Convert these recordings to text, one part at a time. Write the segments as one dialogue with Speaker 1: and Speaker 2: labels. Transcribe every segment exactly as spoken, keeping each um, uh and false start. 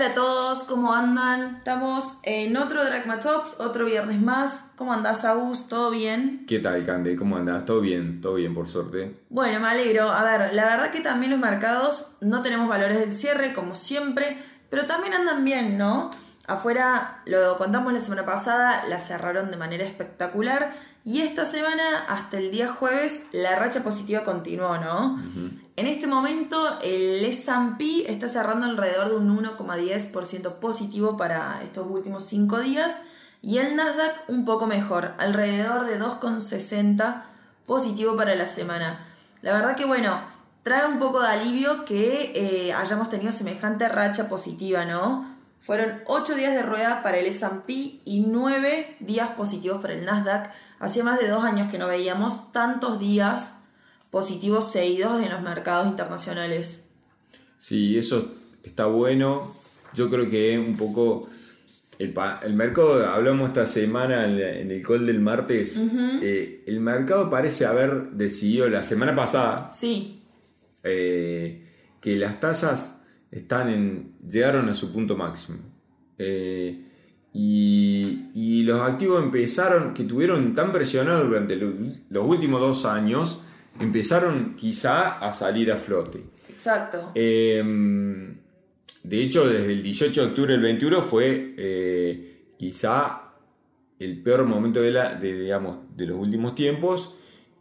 Speaker 1: Hola a todos, ¿cómo andan? Estamos en otro Drachma Talks, otro viernes más. ¿Cómo andás, Agus? ¿Todo bien?
Speaker 2: ¿Qué tal, Cande? ¿Cómo andás? ¿Todo bien? Todo bien, por suerte.
Speaker 1: Bueno, me alegro. A ver, la verdad que también los mercados no tenemos valores del cierre, como siempre, pero también andan bien, ¿no? Afuera, lo contamos la semana pasada, la cerraron de manera espectacular y esta semana, hasta el día jueves, la racha positiva continuó, ¿no? Uh-huh. En este momento, el ese and pe está cerrando alrededor de un uno coma diez por ciento positivo para estos últimos cinco días y el Nasdaq un poco mejor, alrededor de dos coma sesenta positivo para la semana. La verdad que, bueno, trae un poco de alivio que eh, hayamos tenido semejante racha positiva, ¿no? Fueron ocho días de rueda para el ese and pe y nueve días positivos para el Nasdaq. Hacía más de dos años que no veíamos tantos días positivos seguidos en los mercados internacionales.
Speaker 2: Sí, eso está bueno. Yo creo que un poco el, el mercado, hablamos esta semana en, en el call del martes, uh-huh. eh, el mercado parece haber decidido la semana pasada
Speaker 1: sí.
Speaker 2: eh, que las tasas están en, llegaron a su punto máximo. Eh, y, y los activos empezaron, que tuvieron tan presionados durante los, los últimos dos años, empezaron quizá a salir a flote.
Speaker 1: Exacto.
Speaker 2: Eh, de hecho, desde el dieciocho de octubre del veintiuno fue eh, quizá el peor momento de, la, de, digamos, de los últimos tiempos.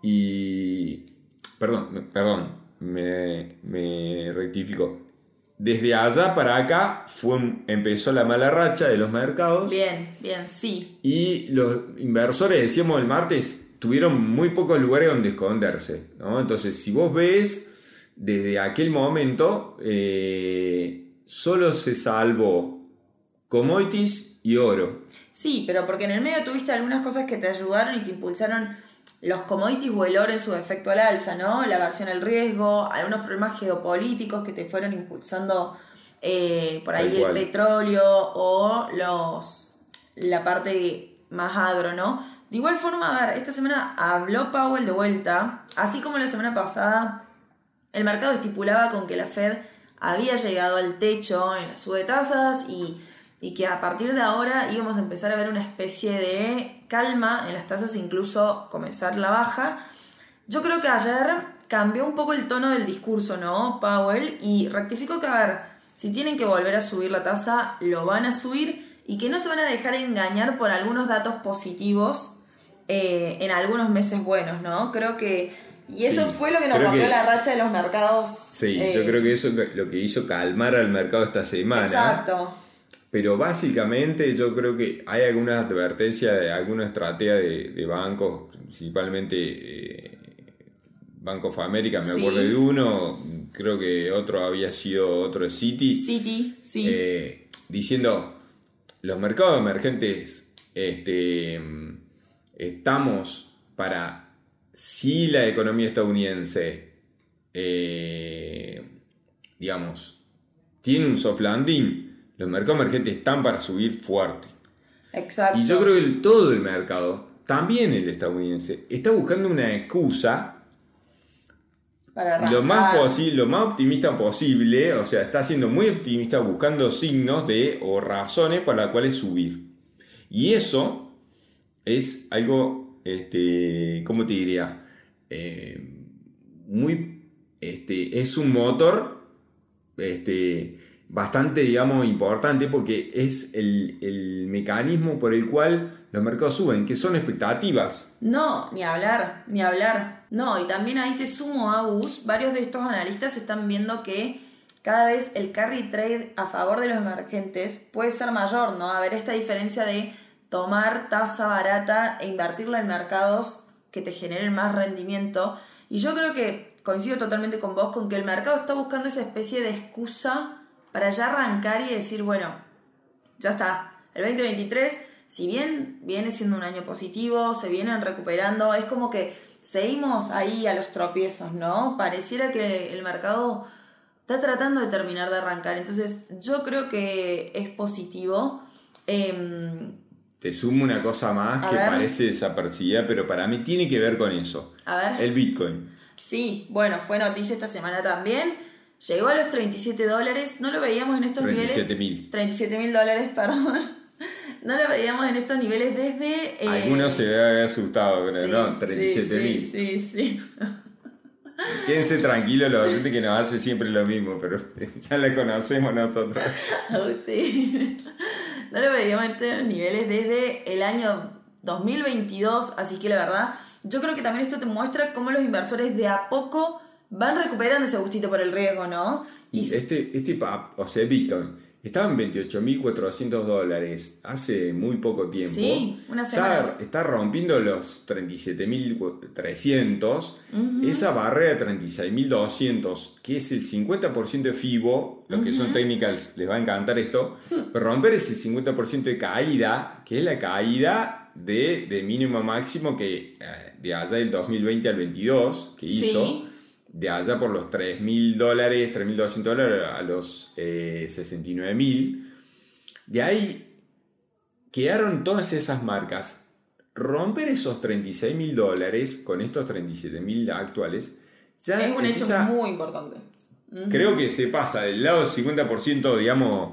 Speaker 2: Y. Perdón, perdón, me, me rectifico. Desde allá para acá fue, empezó la mala racha de los mercados.
Speaker 1: Bien, bien, sí.
Speaker 2: Y los inversores, decíamos el martes, tuvieron muy pocos lugares donde esconderse, ¿no? Entonces, si vos ves, desde aquel momento, eh, solo se salvó commodities y oro.
Speaker 1: Sí, pero porque en el medio tuviste algunas cosas que te ayudaron y que impulsaron los commodities o el oro en su efecto al alza, ¿no? La aversión al riesgo, algunos problemas geopolíticos que te fueron impulsando eh, por ahí el petróleo o los la parte más agro, ¿no? De igual forma, a ver, esta semana habló Powell de vuelta, así como la semana pasada el mercado estipulaba con que la Fed había llegado al techo en la sube de tasas y, y que a partir de ahora íbamos a empezar a ver una especie de calma en las tasas, incluso comenzar la baja. Yo creo que ayer cambió un poco el tono del discurso, ¿no? Powell, y rectificó que, a ver, si tienen que volver a subir la tasa, lo van a subir y que no se van a dejar engañar por algunos datos positivos Eh, en algunos meses buenos, ¿no? Creo que... Y eso sí, fue lo que nos rompió la racha de los mercados.
Speaker 2: Sí,
Speaker 1: eh,
Speaker 2: yo creo que eso es lo que hizo calmar al mercado esta semana.
Speaker 1: Exacto.
Speaker 2: Pero básicamente yo creo que hay alguna advertencia de alguna estrategia de, de bancos, principalmente eh, Bank of America, me sí. acuerdo de uno, creo que otro había sido otro de Citi.
Speaker 1: Citi, sí.
Speaker 2: Eh, diciendo, los mercados emergentes... este estamos para, si la economía estadounidense, eh, digamos, tiene un soft landing, los mercados emergentes están para subir fuerte.
Speaker 1: Exacto.
Speaker 2: Y yo creo que el, todo el mercado, también el estadounidense, está buscando una excusa
Speaker 1: para
Speaker 2: lo más, posi- lo más optimista posible, o sea, está siendo muy optimista buscando signos de o razones para las cuales subir. Y eso es algo, este, ¿cómo te diría? Eh, muy, este, es un motor, este, bastante, digamos, importante porque es el, el mecanismo por el cual los mercados suben, que son expectativas.
Speaker 1: No, ni hablar, ni hablar. No, y también ahí te sumo, Agus, varios de estos analistas están viendo que cada vez el carry trade a favor de los emergentes puede ser mayor, ¿no? A ver, esta diferencia de tomar tasa barata e invertirla en mercados que te generen más rendimiento. Y yo creo que coincido totalmente con vos con que el mercado está buscando esa especie de excusa para ya arrancar y decir, bueno, ya está. El veinte veintitrés, si bien viene siendo un año positivo, se vienen recuperando, es como que seguimos ahí a los tropiezos, ¿no? Pareciera que el mercado está tratando de terminar de arrancar. Entonces yo creo que es positivo. Eh,
Speaker 2: Te sumo una cosa más
Speaker 1: a
Speaker 2: que
Speaker 1: ver.
Speaker 2: parece desapercibida, pero para mí tiene que ver con eso.
Speaker 1: A ver.
Speaker 2: El Bitcoin.
Speaker 1: Sí, bueno, fue noticia esta semana también. llegó a los treinta y siete dólares, no lo veíamos en estos
Speaker 2: treinta y siete
Speaker 1: niveles.
Speaker 2: mil.
Speaker 1: treinta y siete mil dólares, perdón. No lo veíamos en estos niveles desde... Eh,
Speaker 2: Algunos se habían asustado, pero
Speaker 1: sí,
Speaker 2: no, treinta y siete mil.
Speaker 1: Sí, sí, sí.
Speaker 2: Quédense tranquilos, los gente que nos hace siempre lo mismo, pero ya la conocemos nosotros.
Speaker 1: Sí. No lo veíamos en estos niveles desde el año dos mil veintidós, así que la verdad, yo creo que también esto te muestra cómo los inversores de a poco van recuperando ese gustito por el riesgo, ¿no?
Speaker 2: Y, y este, este o sea, Bitcoin estaba en veintiocho mil cuatrocientos dólares hace muy poco tiempo.
Speaker 1: Sí, unas semanas.
Speaker 2: Ya está rompiendo los treinta y siete mil trescientos. Uh-huh. Esa barrera de treinta y seis mil doscientos, que es el cincuenta por ciento de FIBO, los uh-huh. que son technicals les va a encantar esto, uh-huh. pero romper ese cincuenta por ciento de caída, que es la caída de, de mínimo a máximo que de allá del dos mil veinte al veintidós, que hizo... Sí. De allá por los tres mil dólares, tres mil doscientos dólares a los eh, sesenta y nueve mil. De ahí quedaron todas esas marcas. Romper esos treinta y seis mil dólares con estos treinta y siete mil actuales ya
Speaker 1: es un
Speaker 2: empieza,
Speaker 1: hecho muy importante. Uh-huh.
Speaker 2: Creo que se pasa del lado del cincuenta por ciento, digamos,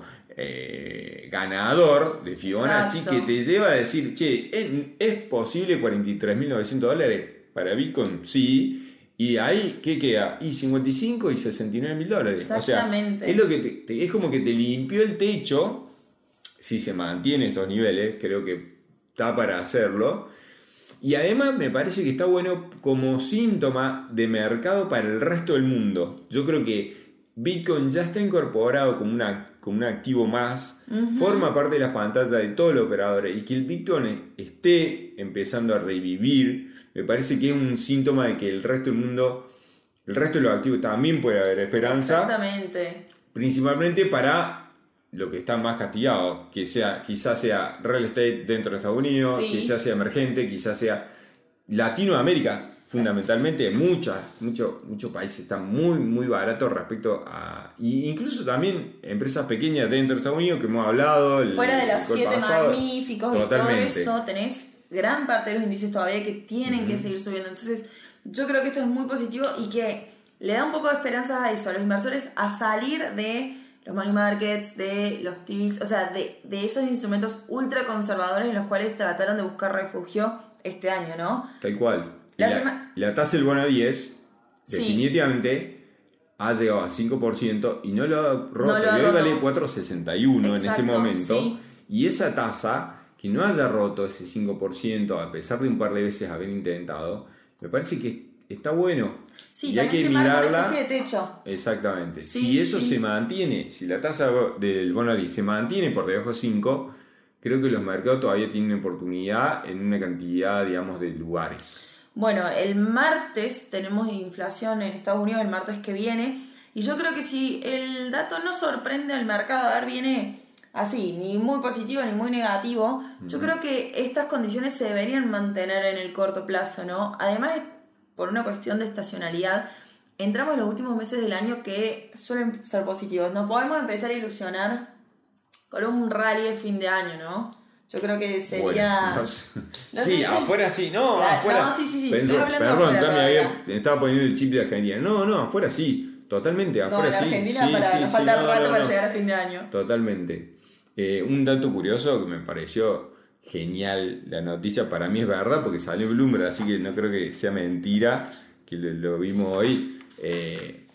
Speaker 2: eh, ganador de Fibonacci. Exacto. Que te lleva a decir, che, ¿es, ¿es posible cuarenta y tres mil novecientos dólares para Bitcoin? Sí. Y ahí, ¿qué queda? Y cincuenta y cinco y sesenta y nueve mil dólares.
Speaker 1: Exactamente.
Speaker 2: O sea, es, lo que te, te, es como que te limpió el techo. Si se mantiene estos niveles, creo que está para hacerlo. Y además me parece que está bueno como síntoma de mercado para el resto del mundo. Yo creo que Bitcoin ya está incorporado como, una, como un activo más. Uh-huh. Forma parte de las pantallas de todos los operadores. Y que el Bitcoin esté empezando a revivir, me parece que es un síntoma de que el resto del mundo, el resto de los activos también puede haber esperanza.
Speaker 1: Exactamente.
Speaker 2: Principalmente para lo que está más castigado, que sea, quizás sea real estate dentro de Estados Unidos, sí. Quizás sea emergente, quizás sea Latinoamérica, fundamentalmente. Muchas, muchos, muchos países están muy, muy baratos respecto a... Incluso también empresas pequeñas dentro de Estados Unidos que hemos hablado. El,
Speaker 1: Fuera de los siete
Speaker 2: pasado,
Speaker 1: magníficos
Speaker 2: totalmente.
Speaker 1: Y todo eso, tenés gran parte de los índices todavía que tienen uh-huh. que seguir subiendo. Entonces yo creo que esto es muy positivo y que le da un poco de esperanza a eso, a los inversores, a salir de los money markets, de los T Vs, o sea, de, de esos instrumentos ultra conservadores en los cuales trataron de buscar refugio este año, ¿no?
Speaker 2: Tal cual.
Speaker 1: La,
Speaker 2: la,
Speaker 1: sema...
Speaker 2: la tasa del bono a diez
Speaker 1: sí.
Speaker 2: definitivamente ha llegado al cinco por ciento y no lo ha roto.
Speaker 1: No lo ha
Speaker 2: y hoy
Speaker 1: roto.
Speaker 2: vale cuatro coma sesenta y uno en este momento.
Speaker 1: Sí.
Speaker 2: Y esa tasa, que no haya roto ese cinco por ciento a pesar de un par de veces haber intentado, me parece que está bueno.
Speaker 1: Sí,
Speaker 2: y hay que mirarla.
Speaker 1: Una especie de techo.
Speaker 2: Exactamente.
Speaker 1: Sí,
Speaker 2: si eso
Speaker 1: sí.
Speaker 2: se mantiene, si la tasa del bono a diez se mantiene por debajo de cinco, creo que los mercados todavía tienen oportunidad en una cantidad, digamos, de lugares.
Speaker 1: Bueno, el martes tenemos inflación en Estados Unidos, el martes que viene, y yo creo que si el dato no sorprende al mercado, a ver, viene así, ni muy positivo ni muy negativo, uh-huh. yo creo que estas condiciones se deberían mantener en el corto plazo, ¿no? Además, por una cuestión de estacionalidad, entramos en los últimos meses del año que suelen ser positivos. No podemos empezar a ilusionar con un rally de fin de año, ¿no? Yo creo que sería...
Speaker 2: Bueno, no, no sí, sé. afuera sí, no,
Speaker 1: la,
Speaker 2: afuera...
Speaker 1: No, sí, sí, sí,
Speaker 2: Pensó,
Speaker 1: estoy hablando
Speaker 2: perdón,
Speaker 1: afuera,
Speaker 2: ya me había, estaba poniendo el chip de Argentina. No, no, afuera sí, totalmente, afuera
Speaker 1: no, en
Speaker 2: sí.
Speaker 1: Argentina
Speaker 2: sí,
Speaker 1: para,
Speaker 2: sí,
Speaker 1: nos
Speaker 2: sí,
Speaker 1: falta
Speaker 2: no,
Speaker 1: rato
Speaker 2: no,
Speaker 1: para
Speaker 2: no.
Speaker 1: llegar a fin de año.
Speaker 2: Totalmente. Eh, un dato curioso que me pareció genial, la noticia para mí es verdad, porque salió Bloomberg, así que no creo que sea mentira, que lo, lo vimos hoy. Eh,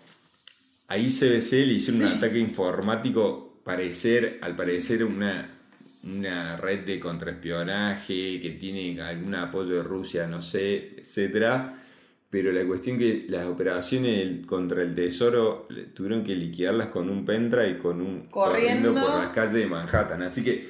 Speaker 2: a I C B C le hicieron sí. un ataque informático, parecer, al parecer una... una red de contraespionaje que tiene algún apoyo de Rusia, no sé, etcétera. Pero la cuestión que las operaciones contra el tesoro tuvieron que liquidarlas con un pendrive y con un
Speaker 1: corriendo.
Speaker 2: corriendo por las calles de Manhattan. Así que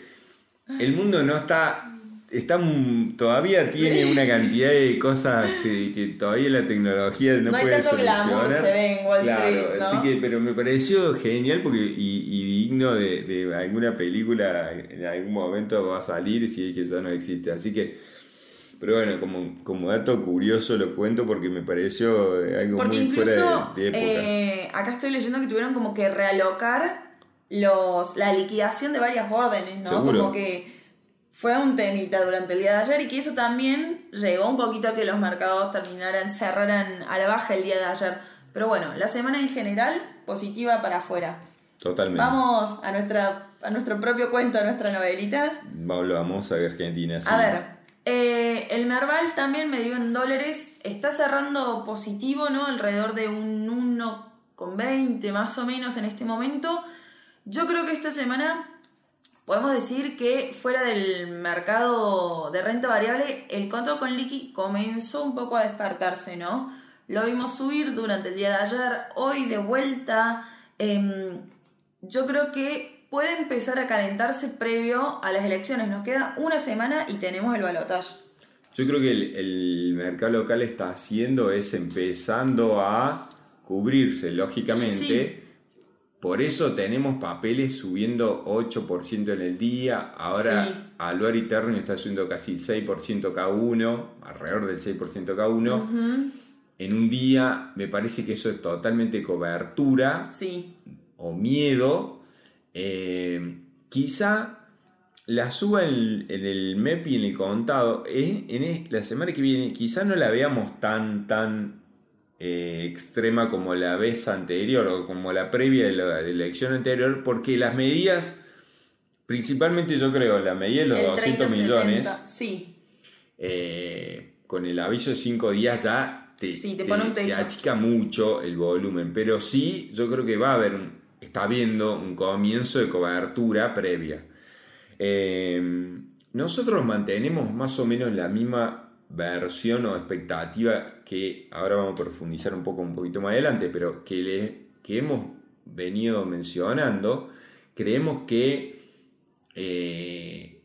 Speaker 2: el mundo no está, está todavía tiene sí. una cantidad de cosas eh, que todavía la tecnología no,
Speaker 1: no
Speaker 2: puede
Speaker 1: hay tanto
Speaker 2: solucionar.
Speaker 1: glamour se ve en Wall
Speaker 2: claro,
Speaker 1: Street, ¿no?
Speaker 2: Así que, pero me pareció genial porque y, y digno de, de alguna película en algún momento va a salir si es que ya no existe. Así que, pero bueno, como, como dato curioso lo cuento porque me pareció algo
Speaker 1: porque
Speaker 2: muy
Speaker 1: incluso,
Speaker 2: fuera de, de época.
Speaker 1: Eh, acá estoy leyendo que tuvieron como que realocar los la liquidación de varias órdenes, ¿no?
Speaker 2: Seguro.
Speaker 1: Como que fue un temita durante el día de ayer y que eso también llevó un poquito a que los mercados terminaran, cerraran a la baja el día de ayer. Pero bueno, la semana en general, positiva para afuera.
Speaker 2: Totalmente.
Speaker 1: Vamos a, nuestra, a nuestro propio cuento, a nuestra novelita.
Speaker 2: Vamos a Argentina. Sí.
Speaker 1: A ver, eh, el Merval también me dio en dólares, está cerrando positivo, ¿no? Alrededor de un uno coma veinte más o menos en este momento. Yo creo que esta semana podemos decir que fuera del mercado de renta variable, el contado con liqui comenzó un poco a despertarse, ¿no? Lo vimos subir durante el día de ayer, hoy de vuelta. Eh, yo creo que puede empezar a calentarse previo a las elecciones. Nos queda una semana y tenemos el balotaje.
Speaker 2: Yo creo que el, el mercado local está haciendo es empezando a cubrirse, lógicamente. Sí. Por eso tenemos papeles subiendo ocho por ciento en el día. Ahora sí. Aluar y Ternium está subiendo casi seis por ciento cada uno, alrededor del seis por ciento cada uno. Uh-huh. En un día me parece que eso es totalmente cobertura
Speaker 1: sí.
Speaker 2: o miedo. Eh, quizá la suba en, en el M E P y en el contado eh, en la semana que viene quizá no la veamos tan tan eh, extrema como la vez anterior o como la previa de la, de la elección anterior, porque las medidas, principalmente yo creo la medida de los el doscientos millones
Speaker 1: sí.
Speaker 2: eh, con el aviso de cinco días ya te,
Speaker 1: sí, te,
Speaker 2: te,
Speaker 1: pone un techo.
Speaker 2: te achica mucho el volumen, pero sí yo creo que va a haber un está viendo un comienzo de cobertura previa. Eh, nosotros mantenemos más o menos la misma versión o expectativa que ahora vamos a profundizar un poco un poquito más adelante, pero que, le, que hemos venido mencionando. Creemos que eh,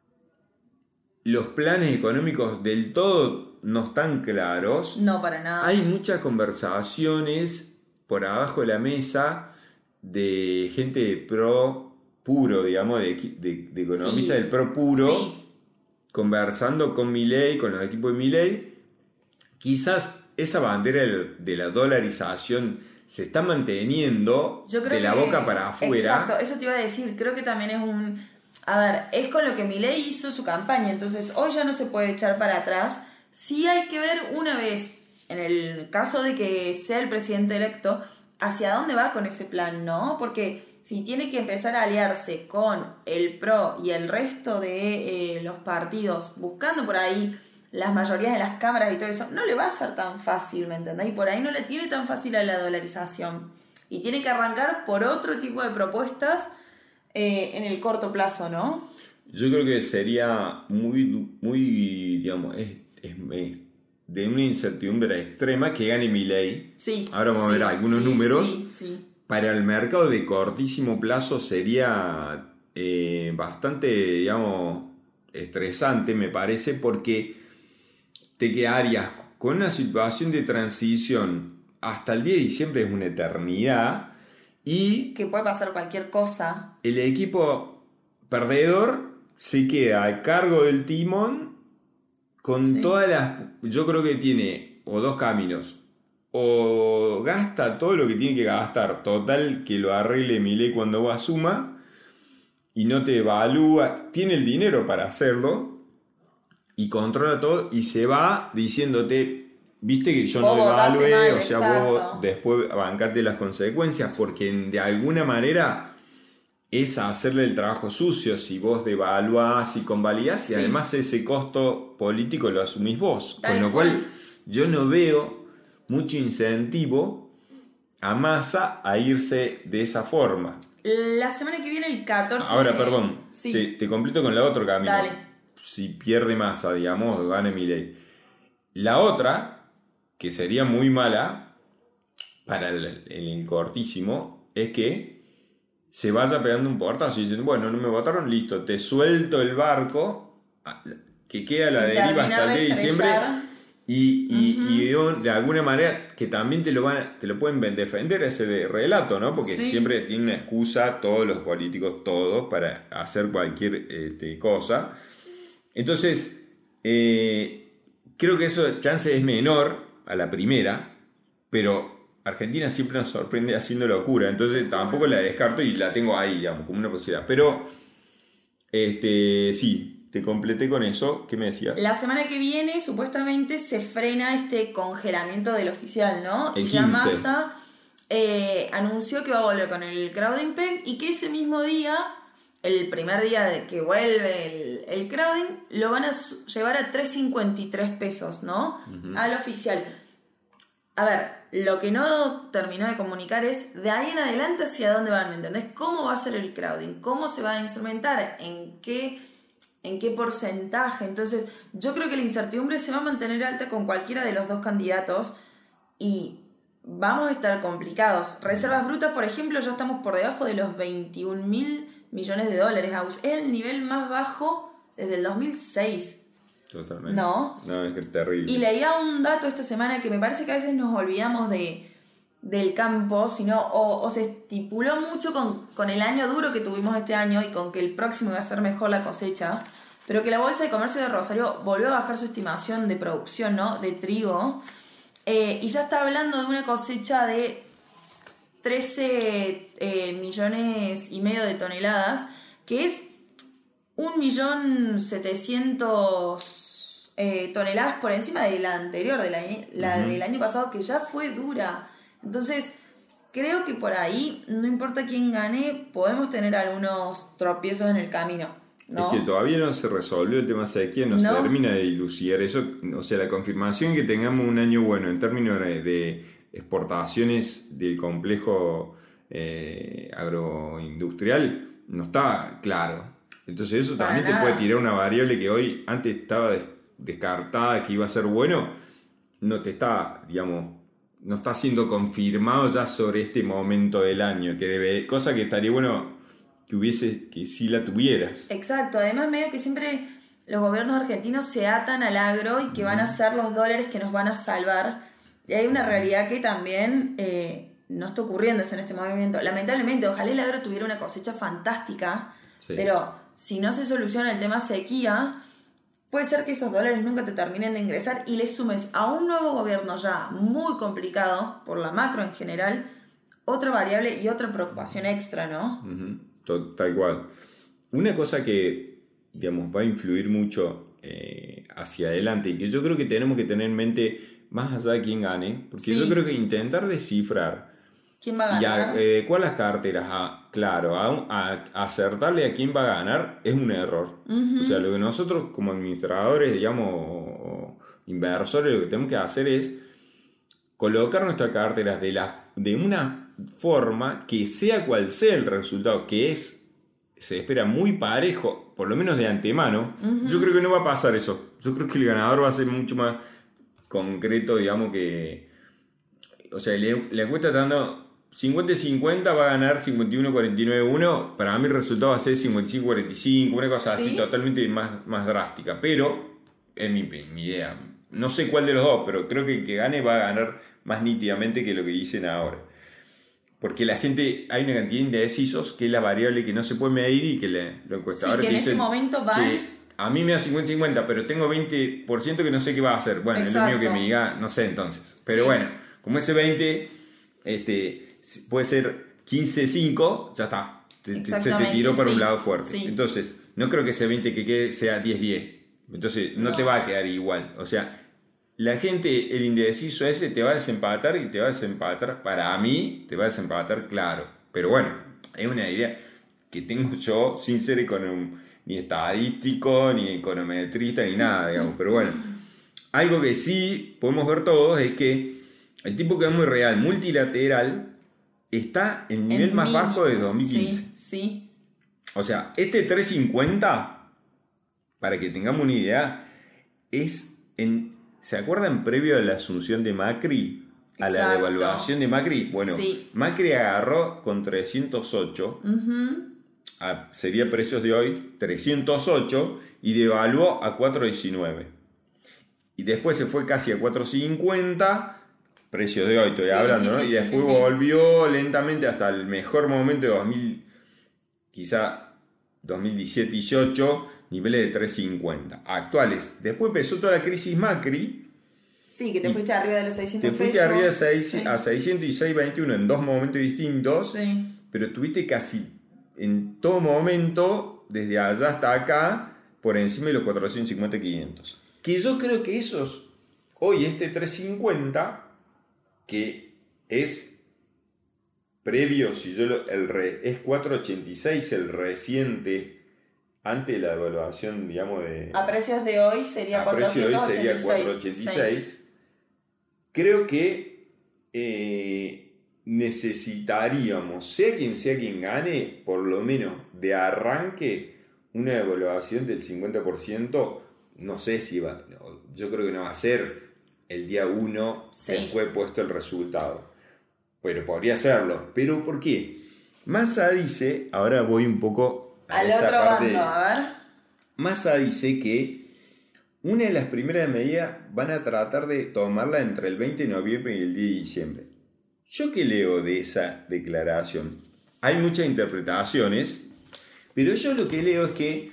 Speaker 2: los planes económicos del todo no están claros.
Speaker 1: No, para nada.
Speaker 2: Hay muchas conversaciones por abajo de la mesa de gente de pro puro, digamos, de, de, de economistas sí. del pro puro, sí. conversando con Milei, con los equipos de Milei. Quizás esa bandera de la dolarización se está manteniendo de la boca para afuera.
Speaker 1: Exacto, eso te iba a decir. Creo que también es un... A ver, es con lo que Milei hizo su campaña, entonces hoy ya no se puede echar para atrás. Sí hay que ver una vez, en el caso de que sea el presidente electo, hacia dónde va con ese plan, ¿no? Porque si tiene que empezar a aliarse con el P R O y el resto de eh, los partidos, buscando por ahí las mayorías de las cámaras y todo eso, no le va a ser tan fácil, ¿me entendés? Y por ahí no le tiene tan fácil a la dolarización. Y tiene que arrancar por otro tipo de propuestas eh, en el corto plazo, ¿no?
Speaker 2: Yo creo que sería muy, muy digamos, es, es, es de una incertidumbre extrema que gane Milei.
Speaker 1: Sí,
Speaker 2: ahora vamos
Speaker 1: sí,
Speaker 2: a ver algunos
Speaker 1: sí,
Speaker 2: números.
Speaker 1: Sí, sí.
Speaker 2: Para el mercado de cortísimo plazo sería eh, bastante, digamos, estresante, me parece, porque te quedarías con una situación de transición hasta el diez de diciembre, es una eternidad, y
Speaker 1: que puede pasar cualquier cosa.
Speaker 2: El equipo perdedor se queda a cargo del timón con sí. todas las... Yo creo que tiene o dos caminos. O gasta todo lo que tiene que gastar, total que lo arregle Milei cuando asuma, y no te evalúa, tiene el dinero para hacerlo, y controla todo, y se va diciéndote, viste que yo
Speaker 1: vos
Speaker 2: no evalué,
Speaker 1: mal,
Speaker 2: o sea,
Speaker 1: exacto.
Speaker 2: vos después bancate las consecuencias, porque de alguna manera es hacerle el trabajo sucio si vos devaluás y convalidás, sí. y además ese costo político lo asumís vos, Tal con lo cual, cual yo no veo mucho incentivo a Massa a irse de esa forma.
Speaker 1: La semana que viene, el catorce...
Speaker 2: Ahora,
Speaker 1: de...
Speaker 2: perdón,
Speaker 1: sí.
Speaker 2: te, te completo con la otra camino.
Speaker 1: Dale.
Speaker 2: Si pierde Massa, digamos, gane Milei. La otra, que sería muy mala para el, el cortísimo, es que se vaya pegando un portazo y dicen, bueno, no me votaron, listo, te suelto el barco, que queda a la deriva hasta el diez de diciembre... Y, y, uh-huh. y de, de alguna manera que también te lo van te lo pueden defender ese de relato, ¿no? Porque sí. siempre tienen una excusa todos los políticos, todos, para hacer cualquier este, cosa. Entonces, eh, creo que eso chance es menor a la primera, pero Argentina siempre nos sorprende haciendo locura. Entonces tampoco la descarto y la tengo ahí, digamos, como una posibilidad. Pero, este, sí. te completé con eso. ¿Qué me decías?
Speaker 1: La semana que viene, supuestamente, se frena este congelamiento del oficial, ¿no?
Speaker 2: El
Speaker 1: y ya
Speaker 2: quince.
Speaker 1: Massa eh, anunció que va a volver con el crowding peg y que ese mismo día, el primer día de que vuelve el, el crowding, lo van a su- llevar a tres cincuenta y tres pesos, ¿no? Uh-huh. Al oficial. A ver, lo que no terminó de comunicar es de ahí en adelante hacia dónde van, ¿me entendés? ¿Cómo va a ser el crowding? ¿Cómo se va a instrumentar? ¿En qué, en qué porcentaje? Entonces, yo creo que la incertidumbre se va a mantener alta con cualquiera de los dos candidatos y vamos a estar complicados. Reservas brutas, por ejemplo, ya estamos por debajo de los veintiún mil millones de dólares. Es el nivel más bajo desde el dos mil seis.
Speaker 2: Totalmente.
Speaker 1: No.
Speaker 2: No, es que es terrible.
Speaker 1: Y leía un dato esta semana que me parece que a veces nos olvidamos de, del campo, sino, o, o se estipuló mucho con, con el año duro que tuvimos este año y con que el próximo iba a ser mejor la cosecha, pero que la Bolsa de Comercio de Rosario volvió a bajar su estimación de producción, ¿no? De trigo, eh, y ya está hablando de una cosecha de trece eh, millones y medio de toneladas, que es un millón setecientos eh, toneladas por encima de la anterior, de la, la uh-huh. del año pasado, que ya fue dura. Entonces, creo que por ahí, no importa quién gane, podemos tener algunos tropiezos en el camino, ¿no?
Speaker 2: Es que todavía no se resolvió el tema sequía, no, no se termina de dilucidar eso. O sea, la confirmación que tengamos un año bueno en términos de, de exportaciones del complejo eh, agroindustrial no está claro. Entonces eso
Speaker 1: Para
Speaker 2: también
Speaker 1: nada.
Speaker 2: te puede tirar una variable que hoy antes estaba des- descartada que iba a ser bueno, no te está, digamos, no está siendo confirmado ya sobre este momento del año, que debe, cosa que estaría bueno que hubiese, que si la tuvieras.
Speaker 1: Exacto, además medio que siempre los gobiernos argentinos se atan al agro y que van a ser los dólares que nos van a salvar, y hay una realidad que también eh, no está ocurriendo en este movimiento. Lamentablemente, ojalá el agro tuviera una cosecha fantástica, sí. Pero si no se soluciona el tema sequía, puede ser que esos dólares nunca te terminen de ingresar y le sumes a un nuevo gobierno ya muy complicado por la macro en general, otra variable y otra preocupación extra, ¿no?
Speaker 2: Uh-huh. Tal cual. Una cosa que, digamos, va a influir mucho eh, hacia adelante y que yo creo que tenemos que tener en mente más allá de quién gane, porque sí. Yo creo que intentar descifrar
Speaker 1: ¿quién va a ganar?
Speaker 2: Y a, eh, ¿cuáles carteras? A, claro, a, a, a acertarle a quién va a ganar es un error. Uh-huh. O sea, lo que nosotros como administradores, digamos, o inversores, lo que tenemos que hacer es colocar nuestras carteras de, la, de una forma que sea cual sea el resultado, que es, se espera muy parejo, por lo menos de antemano. Uh-huh. Yo creo que no va a pasar eso. Yo creo que el ganador va a ser mucho más concreto, digamos, que... O sea, le, la encuesta está dando... cincuenta y cincuenta va a ganar cincuenta y uno cuarenta y nueve uno. Para mí el resultado va a ser cincuenta y cinco cuarenta y cinco, una cosa ¿sí? así totalmente más, más drástica. Pero, es mi, mi idea. No sé cuál de los dos, pero creo que el que gane va a ganar más nítidamente que lo que dicen ahora. Porque la gente, hay una cantidad de indecisos que es la variable que no se puede medir y que le, los encuestadores
Speaker 1: sí, que en
Speaker 2: dicen,
Speaker 1: ese momento van...
Speaker 2: Sí, a mí me da cincuenta cincuenta, pero tengo veinte por ciento que no sé qué va a hacer. Bueno, exacto. Es lo mío que me diga, no sé entonces. Pero sí. Bueno, como ese veinte... este puede ser quince cinco, ya está. Te, se te tiró para sí, un lado fuerte. Sí. Entonces, no creo que ese veinte que quede sea diez diez. Entonces, no, no te va a quedar igual. O sea, la gente, el indeciso ese, te va a desempatar y te va a desempatar. Para mí, te va a desempatar, claro. Pero bueno, es una idea que tengo yo sin ser econom- ni estadístico, ni econometrista, ni nada, digamos. Pero bueno, algo que sí podemos ver todos es que el tipo que es muy real, multilateral, está en el nivel en más mínimos, bajo de dos mil quince.
Speaker 1: Sí, sí.
Speaker 2: O sea, este trescientos cincuenta, para que tengamos una idea, es en... ¿Se acuerdan previo a la asunción de Macri? A Exacto. La devaluación de Macri. Bueno, sí. Macri agarró con trescientos ocho, uh-huh. a, sería precios de hoy, trescientos ocho, y devaluó a cuatrocientos diecinueve. Y después se fue casi a cuatrocientos cincuenta... Precios de hoy, estoy sí, hablando, sí, ¿no? Sí, y después sí, sí. volvió lentamente hasta el mejor momento de dos mil, quizá dos mil diecisiete dieciocho, niveles de trescientos cincuenta actuales. Después empezó toda la crisis Macri.
Speaker 1: Sí, que te fuiste arriba de los seiscientos
Speaker 2: pesos. Te fuiste
Speaker 1: pesos.
Speaker 2: arriba de seis, sí. a seiscientos y seiscientos veintiuno en dos momentos distintos.
Speaker 1: Sí.
Speaker 2: Pero estuviste casi en todo momento, desde allá hasta acá, por encima de los cuatrocientos cincuenta, quinientos. Que yo creo que esos, hoy este trescientos cincuenta, que es previo, si yo lo, el re, es cuatrocientos ochenta y seis el reciente, antes de la evaluación, digamos, de...
Speaker 1: A precios de hoy sería cuatrocientos ochenta y seis.
Speaker 2: cuatrocientos ochenta y seis. Sí. Creo que eh, necesitaríamos, sea quien sea quien gane, por lo menos de arranque, una evaluación del cincuenta por ciento. No sé si va, yo creo que no va a ser el día uno sí. después puesto el resultado. Pero podría serlo. ¿Pero por qué? Massa dice, ahora voy un poco a
Speaker 1: al
Speaker 2: esa
Speaker 1: otro
Speaker 2: parte,
Speaker 1: bando, a ver.
Speaker 2: Massa dice que una de las primeras medidas van a tratar de tomarla entre el veinte de noviembre y el diez de diciembre. ¿Yo qué leo de esa declaración? Hay muchas interpretaciones, pero yo lo que leo es que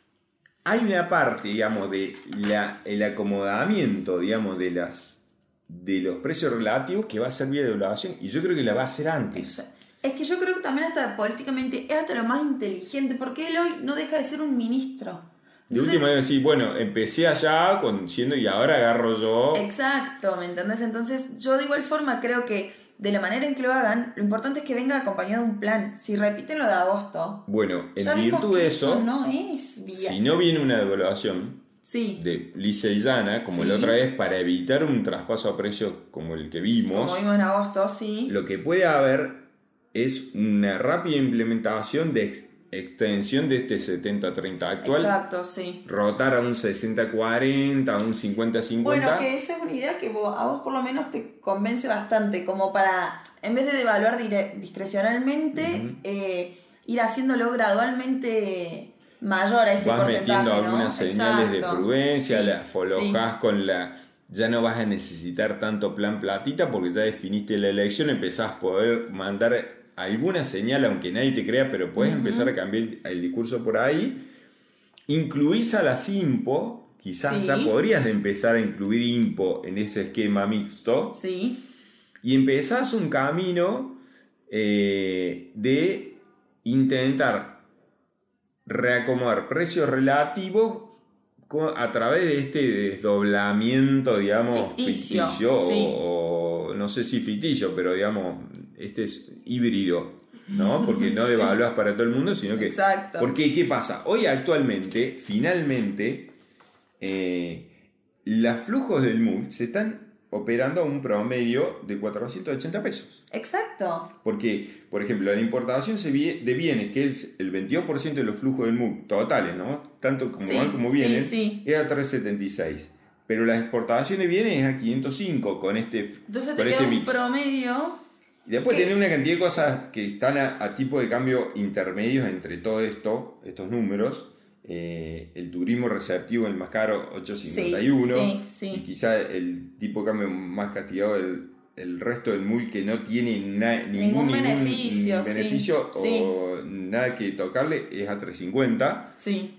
Speaker 2: hay una parte, digamos, de la, el acomodamiento, digamos, de las de los precios relativos que va a ser vía de evaluación, y yo creo que la va a hacer antes.
Speaker 1: Es que yo creo que también hasta políticamente es hasta lo más inteligente, porque él hoy no deja de ser un ministro.
Speaker 2: De última vez decir, bueno, empecé allá conduciendo y ahora agarro yo.
Speaker 1: Exacto, ¿me entendés? Entonces yo de igual forma creo que de la manera en que lo hagan, lo importante es que venga acompañado de un plan. Si repiten lo de agosto,
Speaker 2: bueno, en virtud de eso,
Speaker 1: eso no es vía.
Speaker 2: Si no viene una devaluación
Speaker 1: sí.
Speaker 2: de lisa y llana, como
Speaker 1: sí.
Speaker 2: la otra vez, para evitar un traspaso a precios como el que vimos,
Speaker 1: como vimos en agosto, sí.
Speaker 2: Lo que puede haber es una rápida implementación de ex- extensión de este setenta treinta actual.
Speaker 1: Exacto, sí.
Speaker 2: Rotar a un sesenta cuarenta, a un cincuenta cincuenta.
Speaker 1: Bueno, que esa es una idea que vos, a vos por lo menos te convence bastante, como para, en vez de devaluar dire- discrecionalmente, uh-huh. eh, ir haciéndolo gradualmente mayor a este
Speaker 2: vas
Speaker 1: porcentaje,
Speaker 2: metiendo
Speaker 1: ¿no?
Speaker 2: algunas señales
Speaker 1: Exacto.
Speaker 2: de prudencia,
Speaker 1: sí,
Speaker 2: la aflojás sí. con la... Ya no vas a necesitar tanto plan platita porque ya definiste la elección, empezás a poder mandar alguna señal, aunque nadie te crea, pero puedes uh-huh. empezar a cambiar el discurso por ahí. Incluís a las IMPO, quizás sí. ya podrías empezar a incluir IMPO en ese esquema mixto.
Speaker 1: Sí.
Speaker 2: Y empezás un camino eh, de intentar reacomodar precios relativos a través de este desdoblamiento, digamos, ficticio, ficticio sí. o, o no sé si ficticio, pero digamos, este es híbrido, ¿no? Porque no devaluas sí. para todo el mundo, sino que...
Speaker 1: Exacto.
Speaker 2: Porque, ¿qué pasa? Hoy actualmente, finalmente, eh, los flujos del M U L se están operando a un promedio de cuatrocientos ochenta pesos.
Speaker 1: Exacto.
Speaker 2: Porque, por ejemplo, la importación de bienes, que es el veintidós por ciento de los flujos del M U L totales, ¿no? Tanto como
Speaker 1: sí,
Speaker 2: van como vienen,
Speaker 1: sí, sí.
Speaker 2: es a trescientos setenta y seis. Pero la exportación de bienes es a quinientos cinco con este,
Speaker 1: Entonces
Speaker 2: con
Speaker 1: te
Speaker 2: este
Speaker 1: queda
Speaker 2: mix.
Speaker 1: Un promedio.
Speaker 2: Y después
Speaker 1: ¿Qué?
Speaker 2: tenés una cantidad de cosas que están a, a tipo de cambio intermedios entre todo esto, estos números. Eh, el turismo receptivo, el más caro, ocho cincuenta y uno,
Speaker 1: sí, sí, sí.
Speaker 2: y quizá el tipo de cambio más castigado, el, el resto del M U L que no tiene na, ningún,
Speaker 1: ningún beneficio,
Speaker 2: ningún beneficio
Speaker 1: sí,
Speaker 2: o sí. nada que tocarle, es a tres cincuenta.
Speaker 1: Sí.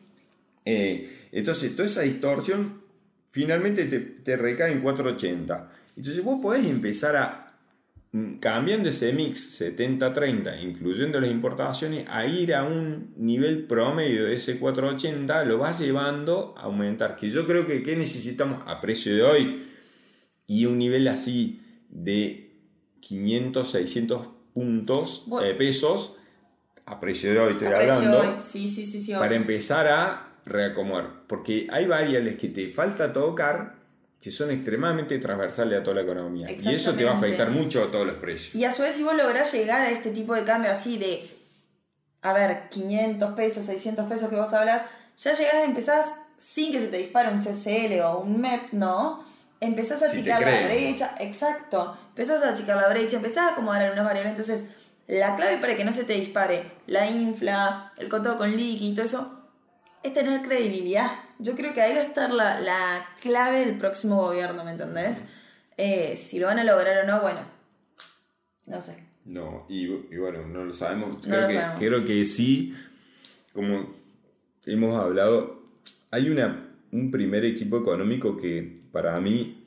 Speaker 2: Eh, entonces, toda esa distorsión finalmente te, te recae en cuatrocientos ochenta. Entonces, vos podés empezar a, cambiando ese mix setenta treinta, incluyendo las importaciones, a ir a un nivel promedio de ese cuatrocientos ochenta, lo vas llevando a aumentar. Que yo creo que, que necesitamos a precio de hoy y un nivel así de quinientos, seiscientos puntos, bueno, eh, pesos, a precio de hoy estoy
Speaker 1: a
Speaker 2: hablando,
Speaker 1: precio de hoy. Sí, sí, sí, sí,
Speaker 2: para empezar a reacomodar. Porque hay variables que te falta tocar, que son extremadamente transversales a toda la economía. Y eso te va a afectar mucho a todos los precios.
Speaker 1: Y a su vez, si vos lográs llegar a este tipo de cambio así de, a ver, quinientos pesos, seiscientos pesos que vos hablas, ya llegás, empezás sin que se te dispare un C C L o un M E P, ¿no? Empezás a achicar si la brecha, exacto, empezás a achicar la brecha, empezás a acomodar algunas variables. Entonces, la clave para que no se te dispare la infla, el contado con liqui y todo eso, es tener credibilidad. Yo creo que ahí va a estar la, la clave del próximo gobierno, ¿me entendés? Eh, si lo van a lograr o no, bueno, no sé.
Speaker 2: No, y, y bueno, no lo sabemos.
Speaker 1: No
Speaker 2: creo,
Speaker 1: lo
Speaker 2: que,
Speaker 1: sabemos.
Speaker 2: creo que sí, como hemos hablado, hay una, un primer equipo económico que para mí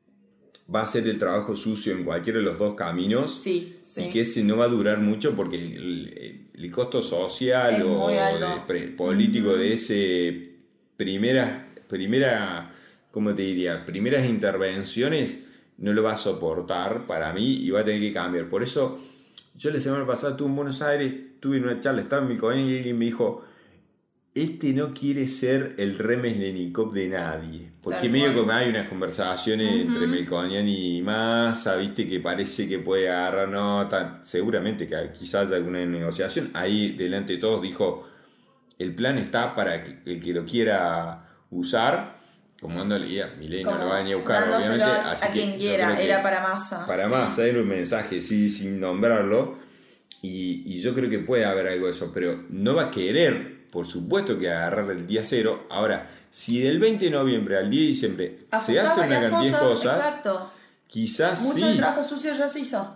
Speaker 2: va a hacer el trabajo sucio en cualquiera de los dos caminos.
Speaker 1: Sí, sí.
Speaker 2: Y que ese no va a durar mucho porque el, el, el costo social
Speaker 1: es
Speaker 2: o
Speaker 1: de
Speaker 2: pre, político uh-huh. de ese primeras, primera, ¿cómo te diría? Primeras intervenciones no lo va a soportar para mí y va a tener que cambiar. Por eso, yo la semana pasada estuve en Buenos Aires, tuve una charla, estaba en Milcoñán y alguien me dijo, este no quiere ser el Remeslenikov de nadie. Porque
Speaker 1: Tal
Speaker 2: medio
Speaker 1: cual.
Speaker 2: como hay unas conversaciones uh-huh. entre Melconian y Massa, viste que parece que puede agarrar nota. Seguramente que quizás haya alguna negociación. Ahí delante de todos dijo, el plan está para que el que lo quiera usar, como dándole, ya, Milei no lo va a venir a buscar, obviamente.
Speaker 1: A,
Speaker 2: así
Speaker 1: a quien
Speaker 2: que
Speaker 1: quiera, era para Massa.
Speaker 2: Para sí. Massa, era un mensaje, sí, sin nombrarlo. Y, y yo creo que puede haber algo de eso, pero no va a querer, por supuesto, que agarrar el día cero. Ahora, si del veinte de noviembre al diez de diciembre
Speaker 1: Ajustás
Speaker 2: se hace una cantidad de cosas,
Speaker 1: exacto.
Speaker 2: quizás
Speaker 1: mucho
Speaker 2: sí.
Speaker 1: Mucho trabajo sucio ya se hizo.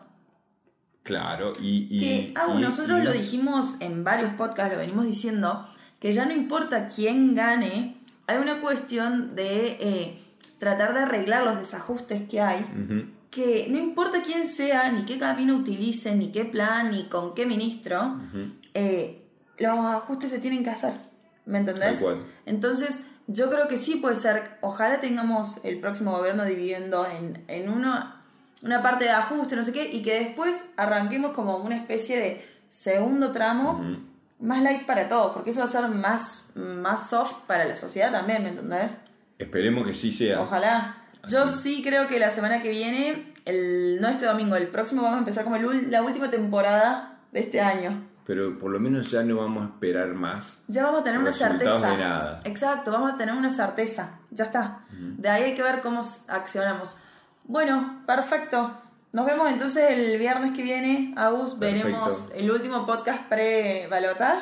Speaker 2: Claro, y... y
Speaker 1: que, ah,
Speaker 2: y,
Speaker 1: nosotros
Speaker 2: y,
Speaker 1: lo dijimos en varios podcasts, lo venimos diciendo, que ya no importa quién gane, hay una cuestión de eh, tratar de arreglar los desajustes que hay, uh-huh. que no importa quién sea, ni qué camino utilice, ni qué plan, ni con qué ministro, uh-huh. eh, los ajustes se tienen que hacer, ¿me entendés? Entonces, yo creo que sí puede ser, ojalá tengamos el próximo gobierno dividiendo en, en uno, una parte de ajuste, no sé qué, y que después arranquemos como una especie de segundo tramo, uh-huh. más light para todos, porque eso va a ser más, más soft para la sociedad también, ¿me entendés?
Speaker 2: Esperemos que sí sea.
Speaker 1: Ojalá. Así. Yo sí creo que la semana que viene, el, no este domingo, el próximo vamos a empezar como el, la última temporada de este año.
Speaker 2: Pero por lo menos ya no vamos a esperar más.
Speaker 1: Ya vamos a tener una certeza.
Speaker 2: De nada.
Speaker 1: Exacto, vamos a tener una certeza. Ya está. Uh-huh. De ahí hay que ver cómo accionamos. Bueno, perfecto. Nos vemos entonces el viernes que viene. Agus, veremos el último podcast pre-balotage.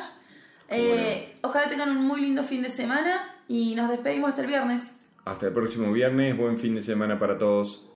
Speaker 1: Eh, bueno. Ojalá tengan un muy lindo fin de semana y nos despedimos hasta el viernes.
Speaker 2: Hasta el próximo viernes. Buen fin de semana para todos.